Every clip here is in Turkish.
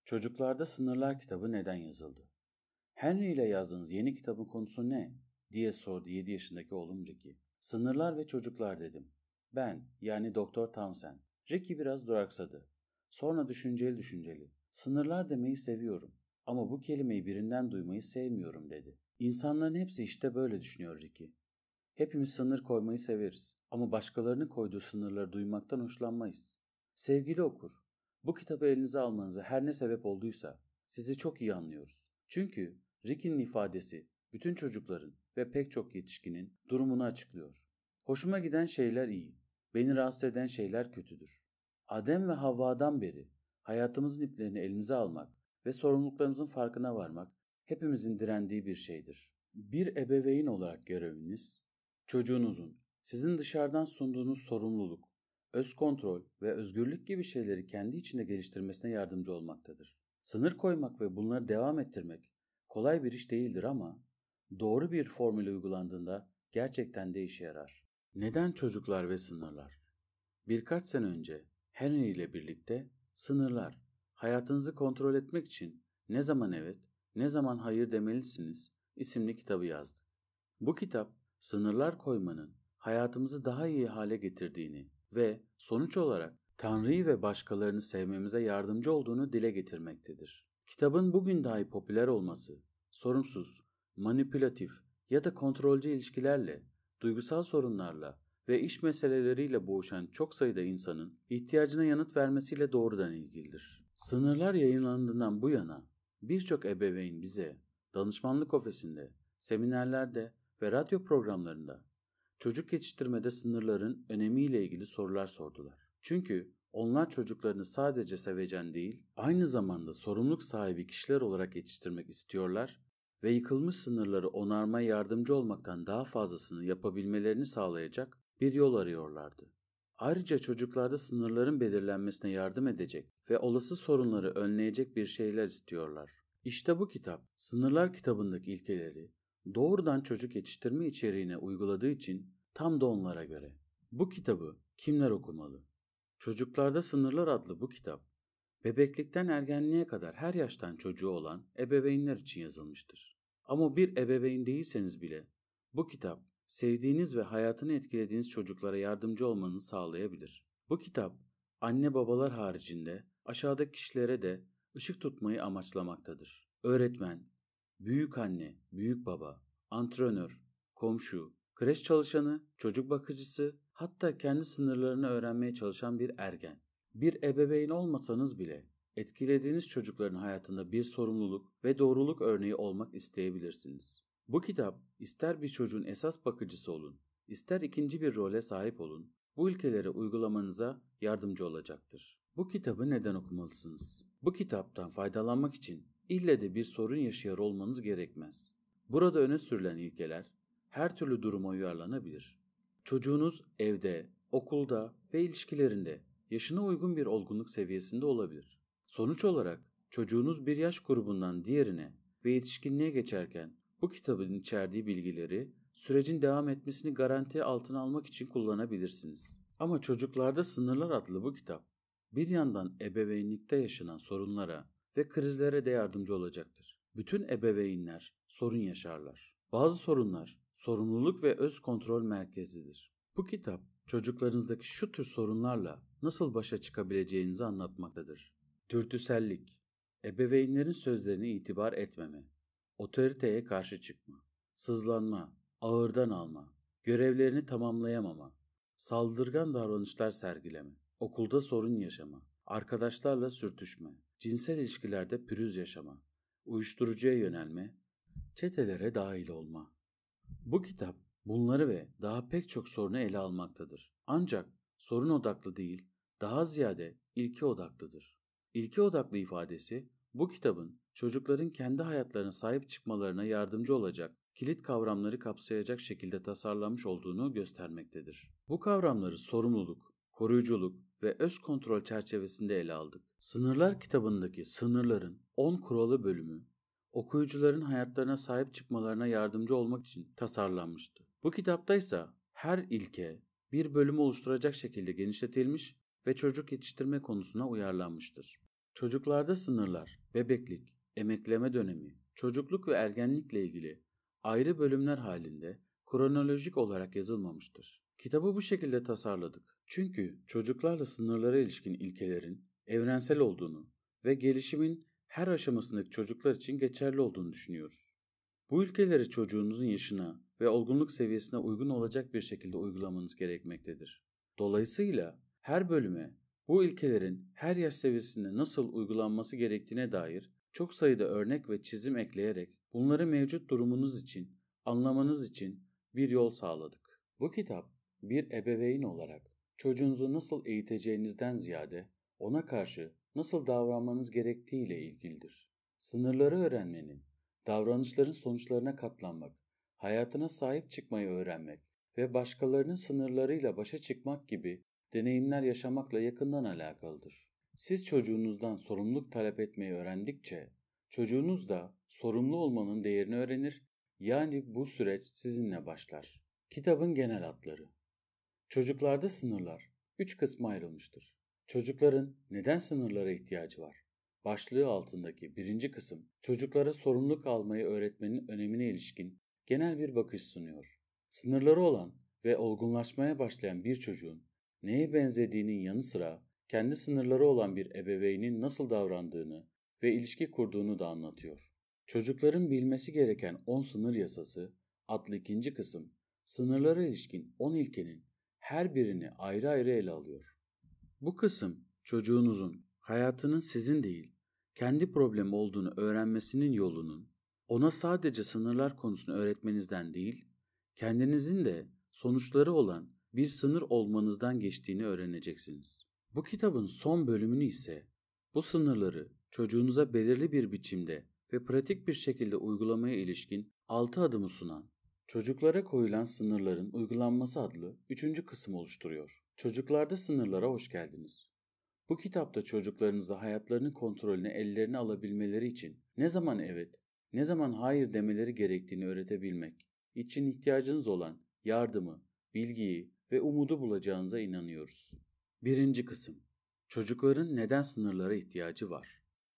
Çocuklarda Sınırlar kitabı neden yazıldı? Henry ile yazdığınız yeni kitabın konusu ne? Diye sordu 7 yaşındaki oğlum Ricky. Sınırlar ve çocuklar dedim. Ben, yani Doktor Townsend. Ricky biraz duraksadı. Sonra düşünceli düşünceli. Sınırlar demeyi seviyorum ama bu kelimeyi birinden duymayı sevmiyorum dedi. İnsanların hepsi işte böyle düşünüyor Ricky. Hepimiz sınır koymayı severiz ama başkalarının koyduğu sınırları duymaktan hoşlanmayız. Sevgili okur, bu kitabı elinize almanıza her ne sebep olduysa sizi çok iyi anlıyoruz. Çünkü Ricky'nin ifadesi bütün çocukların ve pek çok yetişkinin durumunu açıklıyor. Hoşuma giden şeyler iyi, beni rahatsız eden şeyler kötüdür. Adem ve Havva'dan beri hayatımızın iplerini elimize almak ve sorumluluklarımızın farkına varmak hepimizin direndiği bir şeydir. Bir ebeveyn olarak göreviniz, çocuğunuzun sizin dışarıdan sunduğunuz sorumluluk, öz kontrol ve özgürlük gibi şeyleri kendi içinde geliştirmesine yardımcı olmaktadır. Sınır koymak ve bunları devam ettirmek kolay bir iş değildir ama doğru bir formül uygulandığında gerçekten de işe yarar. Neden çocuklar ve sınırlar? Birkaç sene önce Henry ile birlikte Sınırlar, hayatınızı kontrol etmek için ne zaman evet, ne zaman hayır demelisiniz isimli kitabı yazdık. Bu kitap sınırlar koymanın hayatımızı daha iyi hale getirdiğini ve sonuç olarak Tanrı'yı ve başkalarını sevmemize yardımcı olduğunu dile getirmektedir. Kitabın bugün dahi popüler olması, sorumsuz, manipülatif ya da kontrolcü ilişkilerle, duygusal sorunlarla ve iş meseleleriyle boğuşan çok sayıda insanın ihtiyacına yanıt vermesiyle doğrudan ilgilidir. Sınırlar yayınlandığından bu yana birçok ebeveyn bize danışmanlık ofisinde, seminerlerde ve radyo programlarında çocuk yetiştirmede sınırların önemiyle ilgili sorular sordular. Çünkü onlar çocuklarını sadece sevecen değil, aynı zamanda sorumluluk sahibi kişiler olarak yetiştirmek istiyorlar ve yıkılmış sınırları onarmaya yardımcı olmaktan daha fazlasını yapabilmelerini sağlayacak bir yol arıyorlardı. Ayrıca çocuklarda sınırların belirlenmesine yardım edecek ve olası sorunları önleyecek bir şeyler istiyorlar. İşte bu kitap, Sınırlar kitabındaki ilkeleri doğrudan çocuk yetiştirme içeriğine uyguladığı için tam da onlara göre. Bu kitabı kimler okumalı? Çocuklarda Sınırlar adlı bu kitap, bebeklikten ergenliğe kadar her yaştan çocuğu olan ebeveynler için yazılmıştır. Ama bir ebeveyn değilseniz bile bu kitap sevdiğiniz ve hayatını etkilediğiniz çocuklara yardımcı olmanızı sağlayabilir. Bu kitap anne babalar haricinde aşağıdaki kişilere de ışık tutmayı amaçlamaktadır. Öğretmen, büyük anne, büyük baba, antrenör, komşu, kreş çalışanı, çocuk bakıcısı, hatta kendi sınırlarını öğrenmeye çalışan bir ergen. Bir ebeveyn olmasanız bile etkilediğiniz çocukların hayatında bir sorumluluk ve doğruluk örneği olmak isteyebilirsiniz. Bu kitap ister bir çocuğun esas bakıcısı olun, ister ikinci bir role sahip olun, bu ilkeleri uygulamanıza yardımcı olacaktır. Bu kitabı neden okumalısınız? Bu kitaptan faydalanmak için ille de bir sorun yaşıyor olmanız gerekmez. Burada öne sürülen ilkeler her türlü duruma uyarlanabilir. Çocuğunuz evde, okulda ve ilişkilerinde yaşına uygun bir olgunluk seviyesinde olabilir. Sonuç olarak çocuğunuz bir yaş grubundan diğerine ve yetişkinliğe geçerken bu kitabın içerdiği bilgileri sürecin devam etmesini garanti altına almak için kullanabilirsiniz. Ama Çocuklarda Sınırlar adlı bu kitap bir yandan ebeveynlikte yaşanan sorunlara ve krizlere de yardımcı olacaktır. Bütün ebeveynler sorun yaşarlar. Bazı sorunlar sorumluluk ve öz kontrol merkezidir. Bu kitap çocuklarınızdaki şu tür sorunlarla nasıl başa çıkabileceğinizi anlatmaktadır. Dürtüsellik, ebeveynlerin sözlerine itibar etmeme, otoriteye karşı çıkma, sızlanma, ağırdan alma, görevlerini tamamlayamama, saldırgan davranışlar sergileme, okulda sorun yaşama, arkadaşlarla sürtüşme, cinsel ilişkilerde pürüz yaşama, uyuşturucuya yönelme, çetelere dahil olma. Bu kitap bunları ve daha pek çok sorunu ele almaktadır. Ancak sorun odaklı değil, daha ziyade ilke odaklıdır. İlke odaklı ifadesi bu kitabın çocukların kendi hayatlarına sahip çıkmalarına yardımcı olacak kilit kavramları kapsayacak şekilde tasarlanmış olduğunu göstermektedir. Bu kavramları sorumluluk, koruyuculuk ve öz kontrol çerçevesinde ele aldık. Sınırlar kitabındaki sınırların 10 kuralı bölümü okuyucuların hayatlarına sahip çıkmalarına yardımcı olmak için tasarlanmıştı. Bu kitapta ise her ilke bir bölümü oluşturacak şekilde genişletilmiş ve çocuk yetiştirme konusuna uyarlanmıştır. Çocuklarda sınırlar, bebeklik, emekleme dönemi, çocukluk ve ergenlikle ilgili ayrı bölümler halinde kronolojik olarak yazılmamıştır. Kitabı bu şekilde tasarladık. Çünkü çocuklarla sınırlara ilişkin ilkelerin evrensel olduğunu ve gelişimin her aşamasındaki çocuklar için geçerli olduğunu düşünüyoruz. Bu ilkeleri çocuğunuzun yaşına ve olgunluk seviyesine uygun olacak bir şekilde uygulamanız gerekmektedir. Dolayısıyla her bölüme bu ilkelerin her yaş seviyesinde nasıl uygulanması gerektiğine dair çok sayıda örnek ve çizim ekleyerek bunları mevcut durumunuz için anlamanız için bir yol sağladık. Bu kitap bir ebeveyn olarak çocuğunuzu nasıl eğiteceğinizden ziyade ona karşı nasıl davranmanız gerektiğiyle ilgilidir. Sınırları öğrenmenin, davranışların sonuçlarına katlanmak, hayatına sahip çıkmayı öğrenmek ve başkalarının sınırlarıyla başa çıkmak gibi deneyimler yaşamakla yakından alakalıdır. Siz çocuğunuzdan sorumluluk talep etmeyi öğrendikçe, çocuğunuz da sorumlu olmanın değerini öğrenir, yani bu süreç sizinle başlar. Kitabın genel hatları. Çocuklarda sınırlar 3 kısma ayrılmıştır. Çocukların neden sınırlara ihtiyacı var? Başlığı altındaki birinci kısım, çocuklara sorumluluk almayı öğretmenin önemine ilişkin genel bir bakış sunuyor. Sınırları olan ve olgunlaşmaya başlayan bir çocuğun neye benzediğinin yanı sıra kendi sınırları olan bir ebeveynin nasıl davrandığını ve ilişki kurduğunu da anlatıyor. Çocukların bilmesi gereken 10 sınır yasası adlı ikinci kısım, sınırlara ilişkin 10 ilkenin her birini ayrı ayrı ele alıyor. Bu kısım çocuğunuzun hayatının sizin değil, kendi problemi olduğunu öğrenmesinin yolunun, ona sadece sınırlar konusunu öğretmenizden değil, kendinizin de sonuçları olan bir sınır olmanızdan geçtiğini öğreneceksiniz. Bu kitabın son bölümünü ise bu sınırları çocuğunuza belirli bir biçimde ve pratik bir şekilde uygulamaya ilişkin 6 adımı sunan Çocuklara koyulan sınırların uygulanması adlı 3. kısım oluşturuyor. Çocuklarda sınırlara hoş geldiniz. Bu kitapta çocuklarınıza hayatlarının kontrolünü ellerine alabilmeleri için ne zaman evet, ne zaman hayır demeleri gerektiğini öğretebilmek için ihtiyacınız olan yardımı, bilgiyi ve umudu bulacağınıza inanıyoruz. 1. kısım. Çocukların neden sınırlara ihtiyacı var?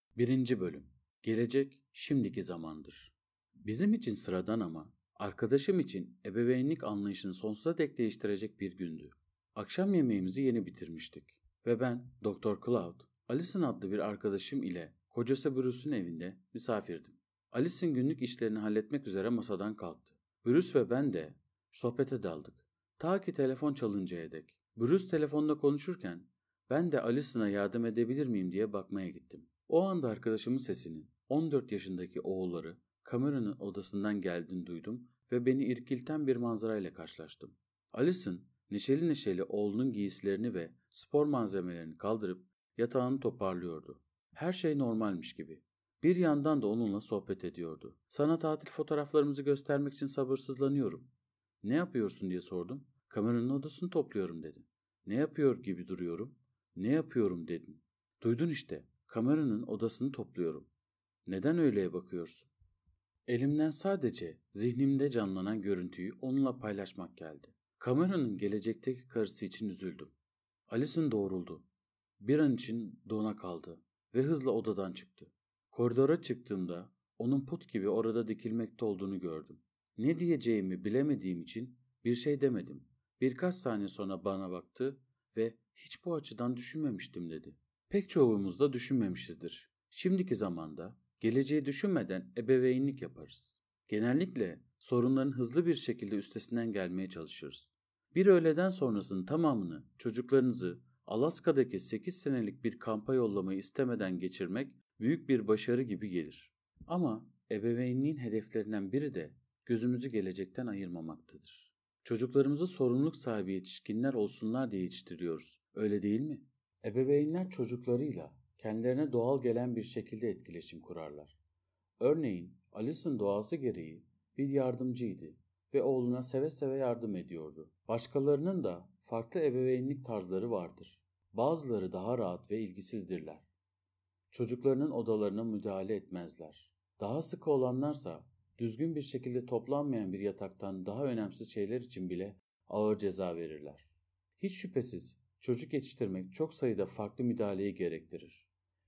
1. bölüm. Gelecek şimdiki zamandır. Bizim için sıradan ama arkadaşım için ebeveynlik anlayışını sonsuza dek değiştirecek bir gündü. Akşam yemeğimizi yeni bitirmiştik ve ben Doktor Cloud, Alison adlı bir arkadaşım ile kocası Bruce'un evinde misafirdim. Alison günlük işlerini halletmek üzere masadan kalktı. Bruce ve ben de sohbete daldık. Ta ki telefon çalıncaya dek. Bruce telefonda konuşurken ben de Alison'a yardım edebilir miyim diye bakmaya gittim. O anda arkadaşımın sesinin 14 yaşındaki oğulları Cameron'ın odasından geldiğini duydum ve beni irkilten bir manzarayla karşılaştım. Alison neşeli neşeli oğlunun giysilerini ve spor malzemelerini kaldırıp yatağını toparlıyordu. Her şey normalmiş gibi. Bir yandan da onunla sohbet ediyordu. Sana tatil fotoğraflarımızı göstermek için sabırsızlanıyorum. Ne yapıyorsun diye sordum. Cameron'ın odasını topluyorum dedi. Ne yapıyor gibi duruyorum. Ne yapıyorum dedin. Duydun işte. Cameron'ın odasını topluyorum. Neden öyleye bakıyorsun? Elimden sadece zihnimde canlanan görüntüyü onunla paylaşmak geldi. Cameron'ın gelecekteki karısı için üzüldüm. Alison doğruldu. Bir an için dona kaldı ve hızla odadan çıktı. Koridora çıktığımda onun put gibi orada dikilmekte olduğunu gördüm. Ne diyeceğimi bilemediğim için bir şey demedim. Birkaç saniye sonra bana baktı ve hiç bu açıdan düşünmemiştim dedi. Pek çoğumuz da düşünmemişizdir. Şimdiki zamanda geleceği düşünmeden ebeveynlik yaparız. Genellikle sorunların hızlı bir şekilde üstesinden gelmeye çalışırız. Bir öğleden sonrasının tamamını çocuklarınızı Alaska'daki 8 senelik bir kampa yollamayı istemeden geçirmek büyük bir başarı gibi gelir. Ama ebeveynliğin hedeflerinden biri de gözümüzü gelecekten ayırmamaktadır. Çocuklarımızı sorumluluk sahibi yetişkinler olsunlar diye yetiştiriyoruz. Öyle değil mi? Ebeveynler çocuklarıyla kendilerine doğal gelen bir şekilde etkileşim kurarlar. Örneğin Alice'ın doğası gereği bir yardımcıydı ve oğluna seve seve yardım ediyordu. Başkalarının da farklı ebeveynlik tarzları vardır. Bazıları daha rahat ve ilgisizdirler. Çocuklarının odalarına müdahale etmezler. Daha sıkı olanlarsa düzgün bir şekilde toplanmayan bir yataktan daha önemsiz şeyler için bile ağır ceza verirler. Hiç şüphesiz çocuk yetiştirmek çok sayıda farklı müdahaleyi gerektirir.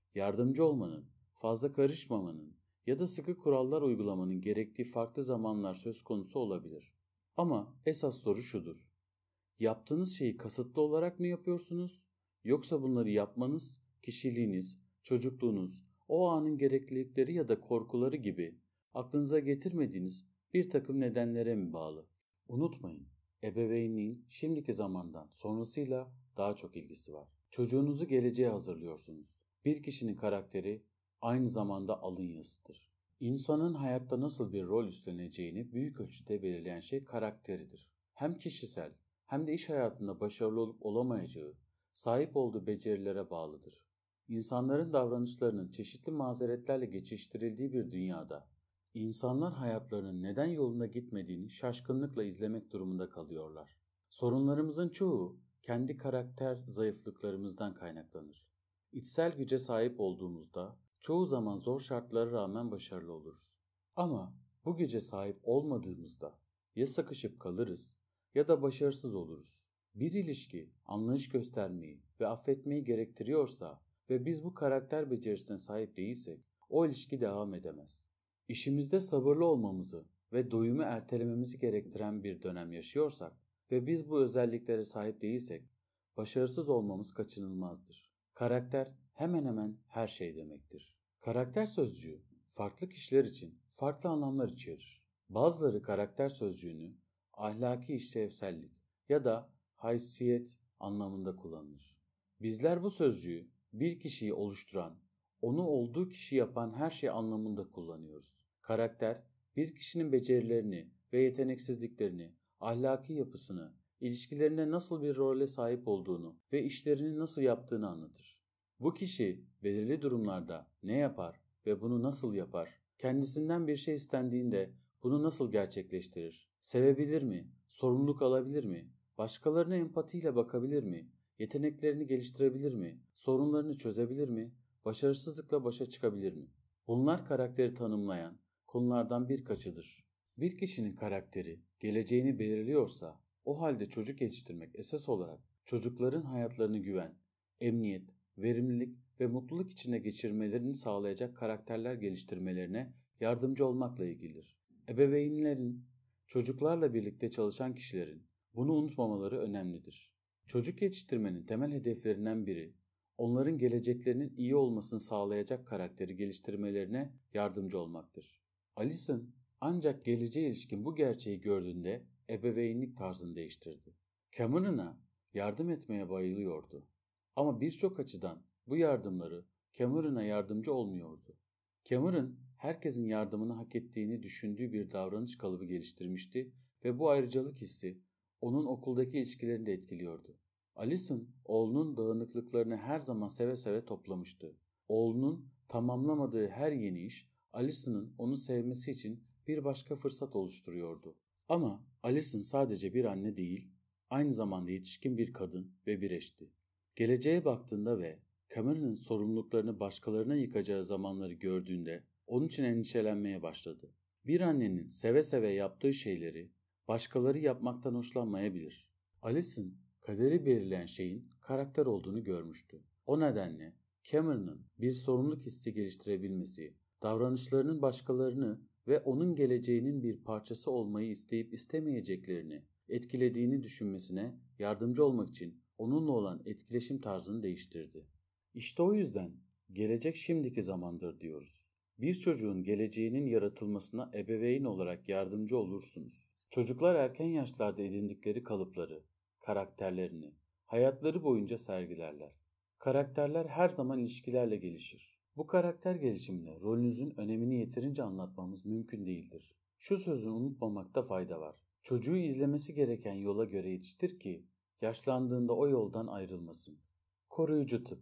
yardımcı olmanın, fazla karışmamanın ya da sıkı kurallar uygulamanın gerektiği farklı zamanlar söz konusu olabilir. Ama esas soru şudur: yaptığınız şeyi kasıtlı olarak mı yapıyorsunuz? Yoksa bunları yapmanız, kişiliğiniz, çocukluğunuz, o anın gereklilikleri ya da korkuları gibi aklınıza getirmediğiniz bir takım nedenlere mi bağlı? Unutmayın, ebeveynliğin şimdiki zamandan sonrasıyla daha çok ilgisi var. Çocuğunuzu geleceğe hazırlıyorsunuz. Bir kişinin karakteri aynı zamanda alın yazıdır. İnsanın hayatta nasıl bir rol üstleneceğini büyük ölçüde belirleyen şey karakteridir. Hem kişisel hem de iş hayatında başarılı olup olamayacağı, sahip olduğu becerilere bağlıdır. İnsanların davranışlarının çeşitli mazeretlerle geçiştirildiği bir dünyada, insanlar hayatlarının neden yolunda gitmediğini şaşkınlıkla izlemek durumunda kalıyorlar. Sorunlarımızın çoğu kendi karakter zayıflıklarımızdan kaynaklanır. İçsel güce sahip olduğumuzda çoğu zaman zor şartlara rağmen başarılı oluruz. Ama bu güce sahip olmadığımızda ya sıkışıp kalırız ya da başarısız oluruz. Bir ilişki anlayış göstermeyi ve affetmeyi gerektiriyorsa ve biz bu karakter becerisine sahip değilsek o ilişki devam edemez. İşimizde sabırlı olmamızı ve doyumu ertelememizi gerektiren bir dönem yaşıyorsak ve biz bu özelliklere sahip değilsek başarısız olmamız kaçınılmazdır. Karakter hemen hemen her şey demektir. Karakter sözcüğü farklı kişiler için farklı anlamlar içerir. Bazıları karakter sözcüğünü ahlaki işlevsellik ya da haysiyet anlamında kullanır. Bizler bu sözcüğü bir kişiyi oluşturan, onu olduğu kişi yapan her şey anlamında kullanıyoruz. Karakter, bir kişinin becerilerini ve yeteneksizliklerini, ahlaki yapısını, ilişkilerinde nasıl bir role sahip olduğunu ve işlerini nasıl yaptığını anlatır. Bu kişi belirli durumlarda ne yapar ve bunu nasıl yapar? Kendisinden bir şey istendiğinde bunu nasıl gerçekleştirir? Sevebilir mi? Sorumluluk alabilir mi? Başkalarına empatiyle bakabilir mi? Yeteneklerini geliştirebilir mi? Sorunlarını çözebilir mi? Başarısızlıkla başa çıkabilir mi? Bunlar karakteri tanımlayan konulardan birkaçıdır. Bir kişinin karakteri geleceğini belirliyorsa, o halde çocuk yetiştirmek esas olarak çocukların hayatlarını güven, emniyet, verimlilik ve mutluluk içinde geçirmelerini sağlayacak karakterler geliştirmelerine yardımcı olmakla ilgilidir. Ebeveynlerin, çocuklarla birlikte çalışan kişilerin bunu unutmamaları önemlidir. Çocuk yetiştirmenin temel hedeflerinden biri, onların geleceklerinin iyi olmasını sağlayacak karakteri geliştirmelerine yardımcı olmaktır. Alison ancak geleceğe ilişkin bu gerçeği gördüğünde ebeveynlik tarzını değiştirdi. Cameron'a yardım etmeye bayılıyordu. Ama birçok açıdan bu yardımları Cameron'a yardımcı olmuyordu. Cameron, herkesin yardımını hak ettiğini düşündüğü bir davranış kalıbı geliştirmişti ve bu ayrıcalık hissi onun okuldaki ilişkilerini de etkiliyordu. Alison, oğlunun dağınıklıklarını her zaman seve seve toplamıştı. Oğlunun tamamlamadığı her yeni iş, Alison'ın onu sevmesi için bir başka fırsat oluşturuyordu. Ama Alison sadece bir anne değil, aynı zamanda yetişkin bir kadın ve bir eşti. Geleceğe baktığında ve Cameron'ın sorumluluklarını başkalarına yıkacağı zamanları gördüğünde onun için endişelenmeye başladı. Bir annenin seve seve yaptığı şeyleri başkaları yapmaktan hoşlanmayabilir. Alison, kaderi belirleyen şeyin karakter olduğunu görmüştü. O nedenle Cameron'ın bir sorumluluk hissi geliştirebilmesi, davranışlarının başkalarını ve onun geleceğinin bir parçası olmayı isteyip istemeyeceklerini etkilediğini düşünmesine yardımcı olmak için onunla olan etkileşim tarzını değiştirdi. İşte o yüzden gelecek şimdiki zamandır diyoruz. Bir çocuğun geleceğinin yaratılmasına ebeveyn olarak yardımcı olursunuz. Çocuklar erken yaşlarda edindikleri kalıpları, karakterlerini, hayatları boyunca sergilerler. Karakterler her zaman ilişkilerle gelişir. Bu karakter gelişiminde rolünüzün önemini yeterince anlatmamız mümkün değildir. Şu sözü unutmamakta fayda var. Çocuğu izlemesi gereken yola göre yetiştir ki yaşlandığında o yoldan ayrılmasın. Koruyucu tıp.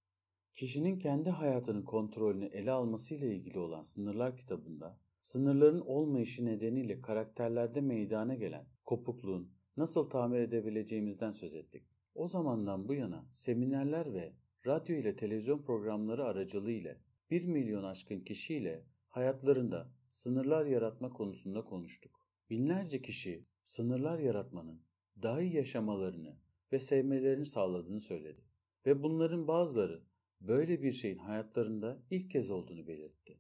Kişinin kendi hayatının kontrolünü ele almasıyla ilgili olan Sınırlar kitabında, sınırların olmayışı nedeniyle karakterlerde meydana gelen kopukluğun nasıl tamir edebileceğimizden söz ettik. O zamandan bu yana seminerler ve radyo ile televizyon programları aracılığıyla 1 milyon aşkın kişiyle hayatlarında sınırlar yaratma konusunda konuştuk. Binlerce kişi sınırlar yaratmanın daha iyi yaşamalarını ve sevmelerini sağladığını söyledi. Ve bunların bazıları böyle bir şeyin hayatlarında ilk kez olduğunu belirtti.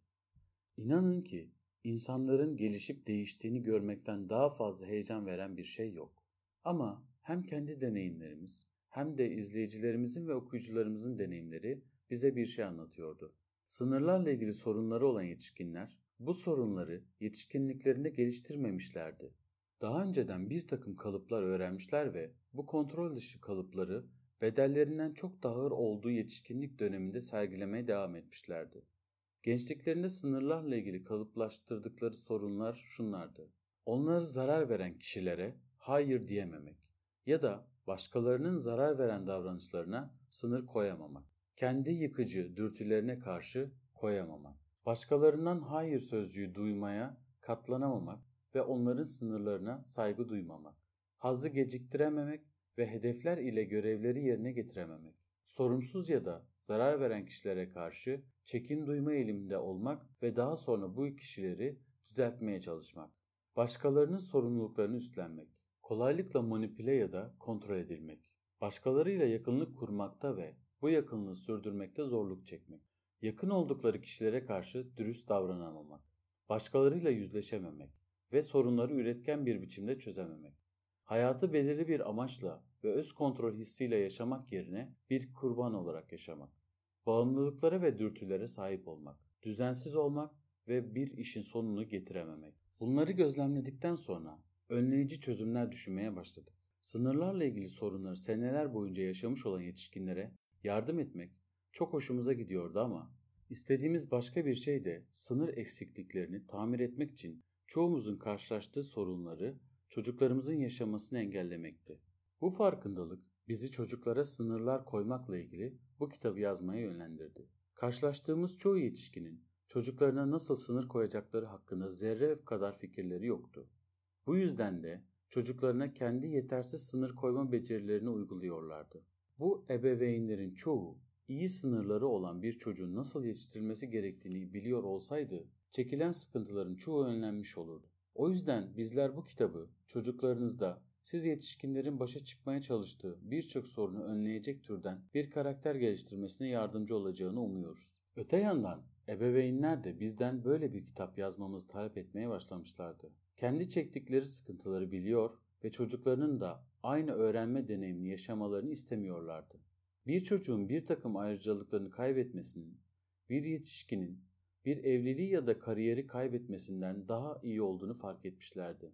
İnanın ki insanların gelişip değiştiğini görmekten daha fazla heyecan veren bir şey yok. Ama hem kendi deneyimlerimiz hem de izleyicilerimizin ve okuyucularımızın deneyimleri bize bir şey anlatıyordu. Sınırlarla ilgili sorunları olan yetişkinler bu sorunları yetişkinliklerinde geliştirmemişlerdi. Daha önceden bir takım kalıplar öğrenmişler ve bu kontrol dışı kalıpları bedellerinden çok daha ağır olduğu yetişkinlik döneminde sergilemeye devam etmişlerdi. Gençliklerinde sınırlarla ilgili kalıplaştırdıkları sorunlar şunlardı: onları zarar veren kişilere hayır diyememek ya da başkalarının zarar veren davranışlarına sınır koyamamak, kendi yıkıcı dürtülerine karşı koyamamak, başkalarından hayır sözcüğü duymaya katlanamamak ve onların sınırlarına saygı duymamak, hazzı geciktirememek ve hedefler ile görevleri yerine getirememek, sorumsuz ya da zarar veren kişilere karşı çekin duyma eğiliminde olmak ve daha sonra bu kişileri düzeltmeye çalışmak, başkalarının sorumluluklarını üstlenmek, kolaylıkla manipüle ya da kontrol edilmek, başkalarıyla yakınlık kurmakta ve bu yakınlığı sürdürmekte zorluk çekmek, yakın oldukları kişilere karşı dürüst davranamamak, başkalarıyla yüzleşememek ve sorunları üretken bir biçimde çözememek, hayatı belirli bir amaçla ve öz kontrol hissiyle yaşamak yerine bir kurban olarak yaşamak, bağımlılıklara ve dürtülere sahip olmak, düzensiz olmak ve bir işin sonunu getirememek. Bunları gözlemledikten sonra önleyici çözümler düşünmeye başladık. Sınırlarla ilgili sorunları seneler boyunca yaşamış olan yetişkinlere yardım etmek çok hoşumuza gidiyordu ama istediğimiz başka bir şey de sınır eksikliklerini tamir etmek için çoğumuzun karşılaştığı sorunları çocuklarımızın yaşamasını engellemekti. Bu farkındalık bizi çocuklara sınırlar koymakla ilgili bu kitabı yazmaya yönlendirdi. Karşılaştığımız çoğu yetişkinin çocuklarına nasıl sınır koyacakları hakkında zerre kadar fikirleri yoktu. Bu yüzden de çocuklarına kendi yetersiz sınır koyma becerilerini uyguluyorlardı. Bu ebeveynlerin çoğu iyi sınırları olan bir çocuğun nasıl yetiştirilmesi gerektiğini biliyor olsaydı çekilen sıkıntıların çoğu önlenmiş olurdu. O yüzden bizler bu kitabı çocuklarınızda siz yetişkinlerin başa çıkmaya çalıştığı birçok sorunu önleyecek türden bir karakter geliştirmesine yardımcı olacağını umuyoruz. Öte yandan ebeveynler de bizden böyle bir kitap yazmamızı talep etmeye başlamışlardı. Kendi çektikleri sıkıntıları biliyor ve çocuklarının da aynı öğrenme deneyimini yaşamalarını istemiyorlardı. Bir çocuğun bir takım ayrıcalıklarını kaybetmesinin, bir yetişkinin bir evliliği ya da kariyeri kaybetmesinden daha iyi olduğunu fark etmişlerdi.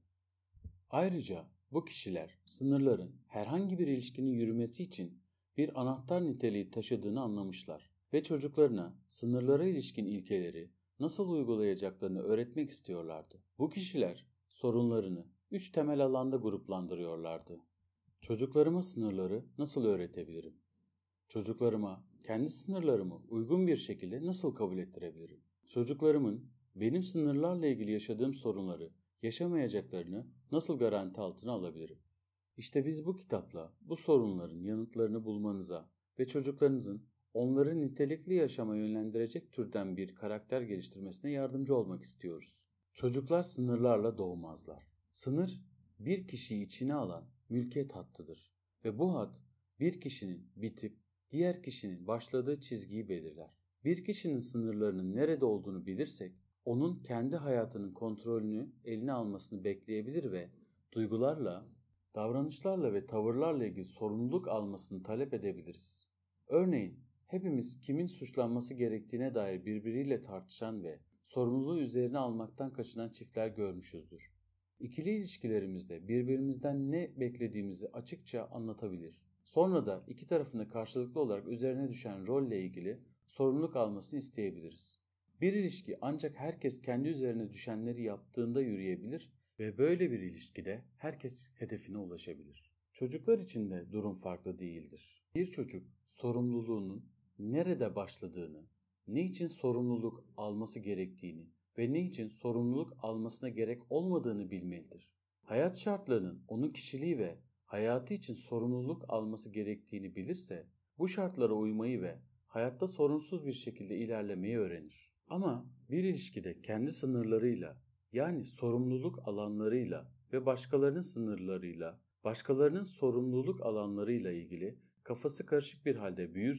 Ayrıca bu kişiler sınırların herhangi bir ilişkinin yürümesi için bir anahtar niteliği taşıdığını anlamışlar ve çocuklarına sınırlara ilişkin ilkeleri nasıl uygulayacaklarını öğretmek istiyorlardı. Bu kişiler sorunlarını 3 temel alanda gruplandırıyorlardı. Çocuklarıma sınırları nasıl öğretebilirim? Çocuklarıma kendi sınırlarımı uygun bir şekilde nasıl kabul ettirebilirim? Çocuklarımın benim sınırlarla ilgili yaşadığım sorunları yaşamayacaklarını nasıl garanti altına alabilirim? İşte biz bu kitapla bu sorunların yanıtlarını bulmanıza ve çocuklarınızın onları nitelikli yaşama yönlendirecek türden bir karakter geliştirmesine yardımcı olmak istiyoruz. Çocuklar sınırlarla doğmazlar. Sınır bir kişiyi içine alan mülkiyet hattıdır ve bu hat bir kişinin bitip diğer kişinin başladığı çizgiyi belirler. Bir kişinin sınırlarının nerede olduğunu bilirsek, onun kendi hayatının kontrolünü eline almasını bekleyebilir ve duygularla, davranışlarla ve tavırlarla ilgili sorumluluk almasını talep edebiliriz. Örneğin, hepimiz kimin suçlanması gerektiğine dair birbiriyle tartışan ve sorumluluğu üzerine almaktan kaçınan çiftler görmüşüzdür. İkili ilişkilerimizde birbirimizden ne beklediğimizi açıkça anlatabilir. Sonra da iki tarafın da karşılıklı olarak üzerine düşen rolle ilgili sorumluluk almasını isteyebiliriz. Bir ilişki ancak herkes kendi üzerine düşenleri yaptığında yürüyebilir ve böyle bir ilişkide herkes hedefine ulaşabilir. Çocuklar için de durum farklı değildir. Bir çocuk sorumluluğunun nerede başladığını, ne için sorumluluk alması gerektiğini ve ne için sorumluluk almasına gerek olmadığını bilmelidir. Hayat şartlarının onun kişiliği ve hayatı için sorumluluk alması gerektiğini bilirse, bu şartlara uymayı ve hayatta sorunsuz bir şekilde ilerlemeyi öğrenir. Ama bir ilişkide kendi sınırlarıyla, yani sorumluluk alanlarıyla ve başkalarının sınırlarıyla, başkalarının sorumluluk alanlarıyla ilgili kafası karışık bir halde büyürse,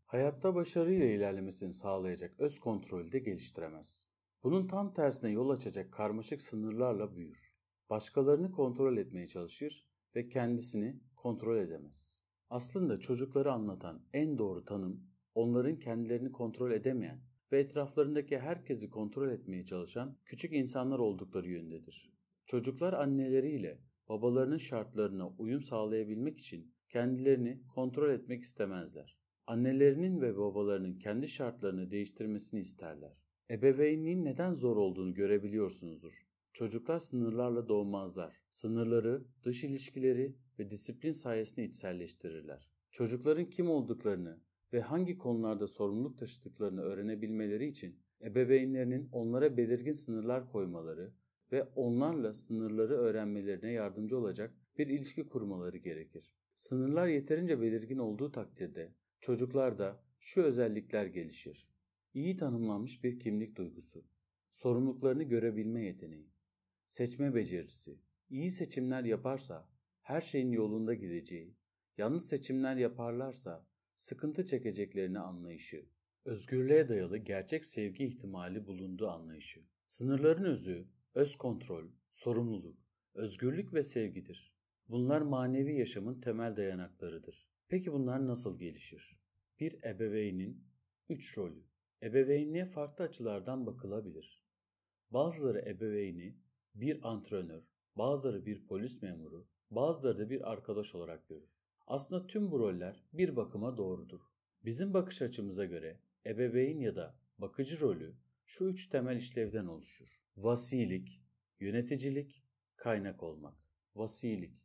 Hayatta başarıyla ilerlemesini sağlayacak öz kontrolü de geliştiremez. Bunun tam tersine yol açacak karmaşık sınırlarla büyür. Başkalarını kontrol etmeye çalışır ve kendisini kontrol edemez. Aslında çocukları anlatan en doğru tanım, onların kendilerini kontrol edemeyen ve etraflarındaki herkesi kontrol etmeye çalışan küçük insanlar oldukları yöndedir. Çocuklar anneleriyle babalarının şartlarına uyum sağlayabilmek için kendilerini kontrol etmek istemezler. Annelerinin ve babalarının kendi şartlarını değiştirmesini isterler. Ebeveynliğin neden zor olduğunu görebiliyorsunuzdur. Çocuklar sınırlarla doğmazlar. Sınırları, dış ilişkileri ve disiplin sayesinde içselleştirirler. Çocukların kim olduklarını ve hangi konularda sorumluluk taşıdıklarını öğrenebilmeleri için ebeveynlerinin onlara belirgin sınırlar koymaları ve onlarla sınırları öğrenmelerine yardımcı olacak bir ilişki kurmaları gerekir. Sınırlar yeterince belirgin olduğu takdirde çocuklarda şu özellikler gelişir. İyi tanımlanmış bir kimlik duygusu, sorumluluklarını görebilme yeteneği, seçme becerisi, iyi seçimler yaparsa her şeyin yolunda gideceği, yanlış seçimler yaparlarsa sıkıntı çekeceklerini anlayışı, özgürlüğe dayalı gerçek sevgi ihtimali bulunduğu anlayışı. Sınırların özü, öz kontrol, sorumluluk, özgürlük ve sevgidir. Bunlar manevi yaşamın temel dayanaklarıdır. Peki bunlar nasıl gelişir? Bir ebeveynin 3 rolü. Ebeveynliğe farklı açılardan bakılabilir. Bazıları ebeveyni bir antrenör, bazıları bir polis memuru, bazıları da bir arkadaş olarak görür. Aslında tüm bu roller bir bakıma doğrudur. Bizim bakış açımıza göre ebeveyn ya da bakıcı rolü şu 3 temel işlevden oluşur. Vasilik, yöneticilik, kaynak olmak. Vasilik.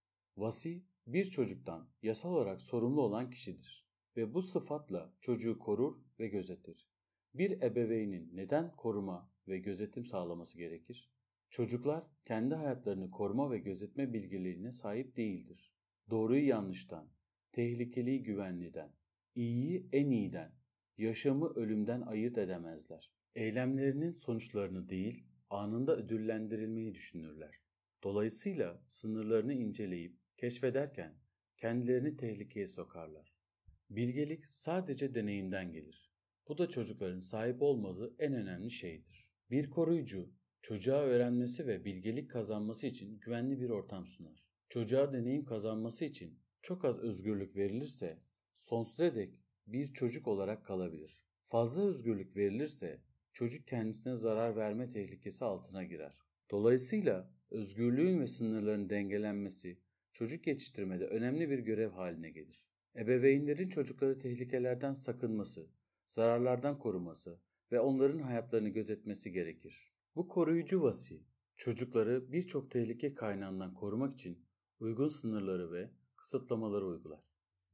Vasi, bir çocuktan yasal olarak sorumlu olan kişidir ve bu sıfatla çocuğu korur ve gözetir. Bir ebeveynin neden koruma ve gözetim sağlaması gerekir? Çocuklar kendi hayatlarını koruma ve gözetme bilgiliğine sahip değildir. Doğruyu yanlıştan, tehlikeliyi güvenliden, iyiyi en iyiden, yaşamı ölümden ayırt edemezler. Eylemlerinin sonuçlarını değil, anında ödüllendirilmeyi düşünürler. Dolayısıyla sınırlarını inceleyip keşfederken kendilerini tehlikeye sokarlar. Bilgelik sadece deneyimden gelir. Bu da çocukların sahip olmadığı en önemli şeydir. Bir koruyucu, çocuğa öğrenmesi ve bilgelik kazanması için güvenli bir ortam sunar. Çocuğa deneyim kazanması için çok az özgürlük verilirse sonsuza dek bir çocuk olarak kalabilir. Fazla özgürlük verilirse çocuk kendisine zarar verme tehlikesi altına girer. Dolayısıyla özgürlüğün ve sınırların dengelenmesi çocuk yetiştirmede önemli bir görev haline gelir. Ebeveynlerin çocukları tehlikelerden sakınması, zararlardan koruması ve onların hayatlarını gözetmesi gerekir. Bu koruyucu vasi, çocukları birçok tehlike kaynağından korumak için uygun sınırları ve kısıtlamaları uygular.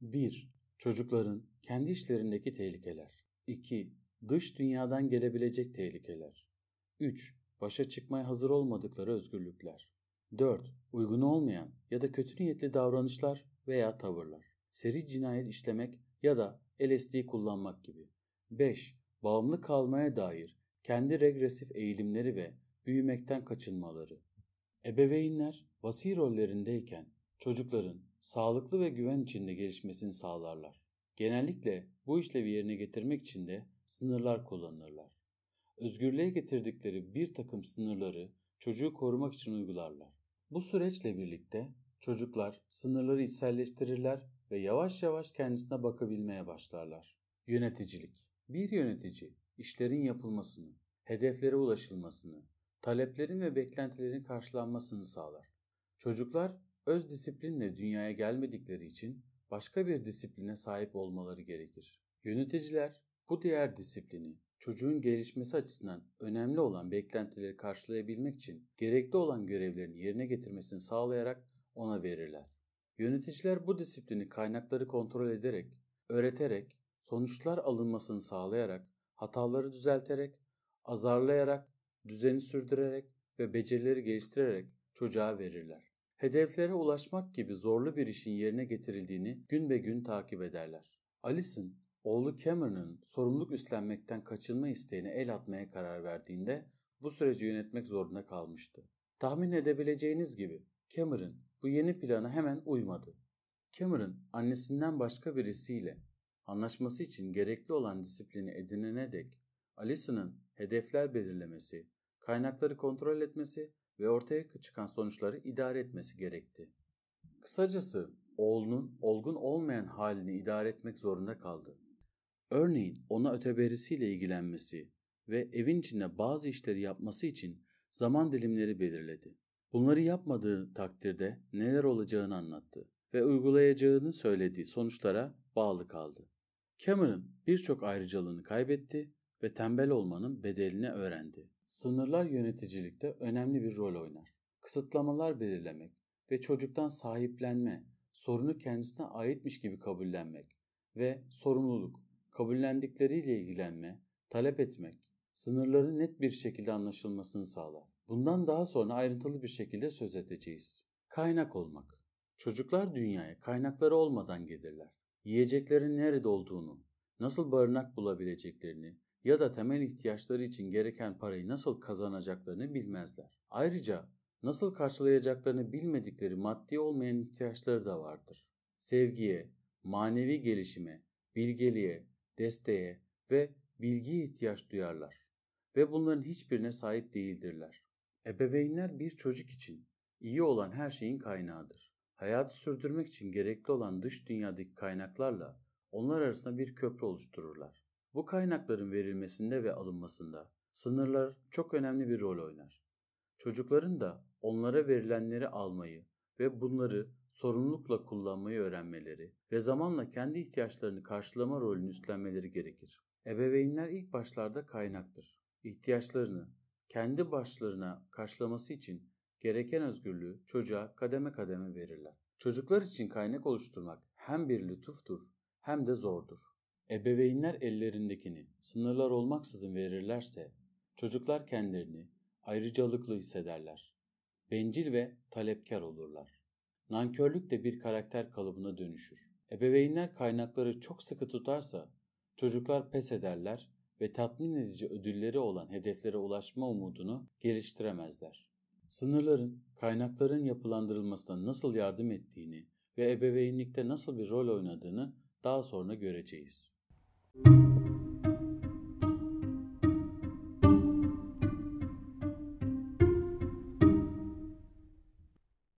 1. Çocukların kendi işlerindeki tehlikeler. 2. Dış dünyadan gelebilecek tehlikeler. 3. Başa çıkmaya hazır olmadıkları özgürlükler. 4. Uygun olmayan ya da kötü niyetli davranışlar veya tavırlar. Seri cinayet işlemek ya da LSD kullanmak gibi. 5. Bağımlı kalmaya dair kendi regresif eğilimleri ve büyümekten kaçınmaları. Ebeveynler vasi rollerindeyken çocukların sağlıklı ve güven içinde gelişmesini sağlarlar. Genellikle bu işlevi yerine getirmek için de sınırlar kullanırlar. Özgürlüğe getirdikleri bir takım sınırları çocuğu korumak için uygularlar. Bu süreçle birlikte çocuklar sınırları içselleştirirler ve yavaş yavaş kendisine bakabilmeye başlarlar. Yöneticilik. Bir yönetici işlerin yapılmasını, hedeflere ulaşılmasını, taleplerin ve beklentilerin karşılanmasını sağlar. Çocuklar öz disiplinle dünyaya gelmedikleri için başka bir disipline sahip olmaları gerekir. Yöneticiler bu diğer disiplini çocuğun gelişmesi açısından önemli olan beklentileri karşılayabilmek için gerekli olan görevlerini yerine getirmesini sağlayarak ona verirler. Yöneticiler bu disiplini kaynakları kontrol ederek, öğreterek, sonuçlar alınmasını sağlayarak, hataları düzelterek, azarlayarak, düzeni sürdürerek ve becerileri geliştirerek çocuğa verirler. Hedeflere ulaşmak gibi zorlu bir işin yerine getirildiğini gün be gün takip ederler. Alice'in oğlu Cameron'ın sorumluluk üstlenmekten kaçınma isteğine el atmaya karar verdiğinde bu süreci yönetmek zorunda kalmıştı. Tahmin edebileceğiniz gibi Cameron bu yeni plana hemen uymadı. Cameron annesinden başka birisiyle anlaşması için gerekli olan disiplini edinene dek Allison'ın hedefler belirlemesi, kaynakları kontrol etmesi ve ortaya çıkan sonuçları idare etmesi gerekti. Kısacası oğlunun olgun olmayan halini idare etmek zorunda kaldı. Örneğin ona öteberisiyle ilgilenmesi ve evin içinde bazı işleri yapması için zaman dilimleri belirledi. Bunları yapmadığı takdirde neler olacağını anlattı ve uygulayacağını söylediği sonuçlara bağlı kaldı. Cameron birçok ayrıcalığını kaybetti ve tembel olmanın bedelini öğrendi. Sınırlar yöneticilikte önemli bir rol oynar. Kısıtlamalar belirlemek ve çocuktan sahiplenme, sorunu kendisine aitmiş gibi kabullenmek ve sorumluluk, kabullendikleriyle ilgilenme, talep etmek, sınırların net bir şekilde anlaşılmasını sağlar. Bundan daha sonra ayrıntılı bir şekilde söz edeceğiz. Kaynak olmak. Çocuklar dünyaya kaynakları olmadan gelirler. Yiyeceklerin nerede olduğunu, nasıl barınak bulabileceklerini ya da temel ihtiyaçları için gereken parayı nasıl kazanacaklarını bilmezler. Ayrıca nasıl karşılayacaklarını bilmedikleri maddi olmayan ihtiyaçları da vardır. Sevgiye, manevi gelişime, bilgeliğe, desteğe ve bilgiye ihtiyaç duyarlar ve bunların hiçbirine sahip değildirler. Ebeveynler bir çocuk için iyi olan her şeyin kaynağıdır. Hayatı sürdürmek için gerekli olan dış dünyadaki kaynaklarla onlar arasında bir köprü oluştururlar. Bu kaynakların verilmesinde ve alınmasında sınırlar çok önemli bir rol oynar. Çocukların da onlara verilenleri almayı ve bunları sorumlulukla kullanmayı öğrenmeleri ve zamanla kendi ihtiyaçlarını karşılama rolünü üstlenmeleri gerekir. Ebeveynler ilk başlarda kaynaktır. İhtiyaçlarını kendi başlarına karşılaması için gereken özgürlüğü çocuğa kademe kademe verirler. Çocuklar için kaynak oluşturmak hem bir lütuftur hem de zordur. Ebeveynler ellerindekini sınırlar olmaksızın verirlerse çocuklar kendilerini ayrıcalıklı hissederler. Bencil ve talepkar olurlar. Nankörlük de bir karakter kalıbına dönüşür. Ebeveynler kaynakları çok sıkı tutarsa çocuklar pes ederler ve tatmin edici ödülleri olan hedeflere ulaşma umudunu geliştiremezler. Sınırların, kaynakların yapılandırılmasına nasıl yardım ettiğini ve ebeveynlikte nasıl bir rol oynadığını daha sonra göreceğiz.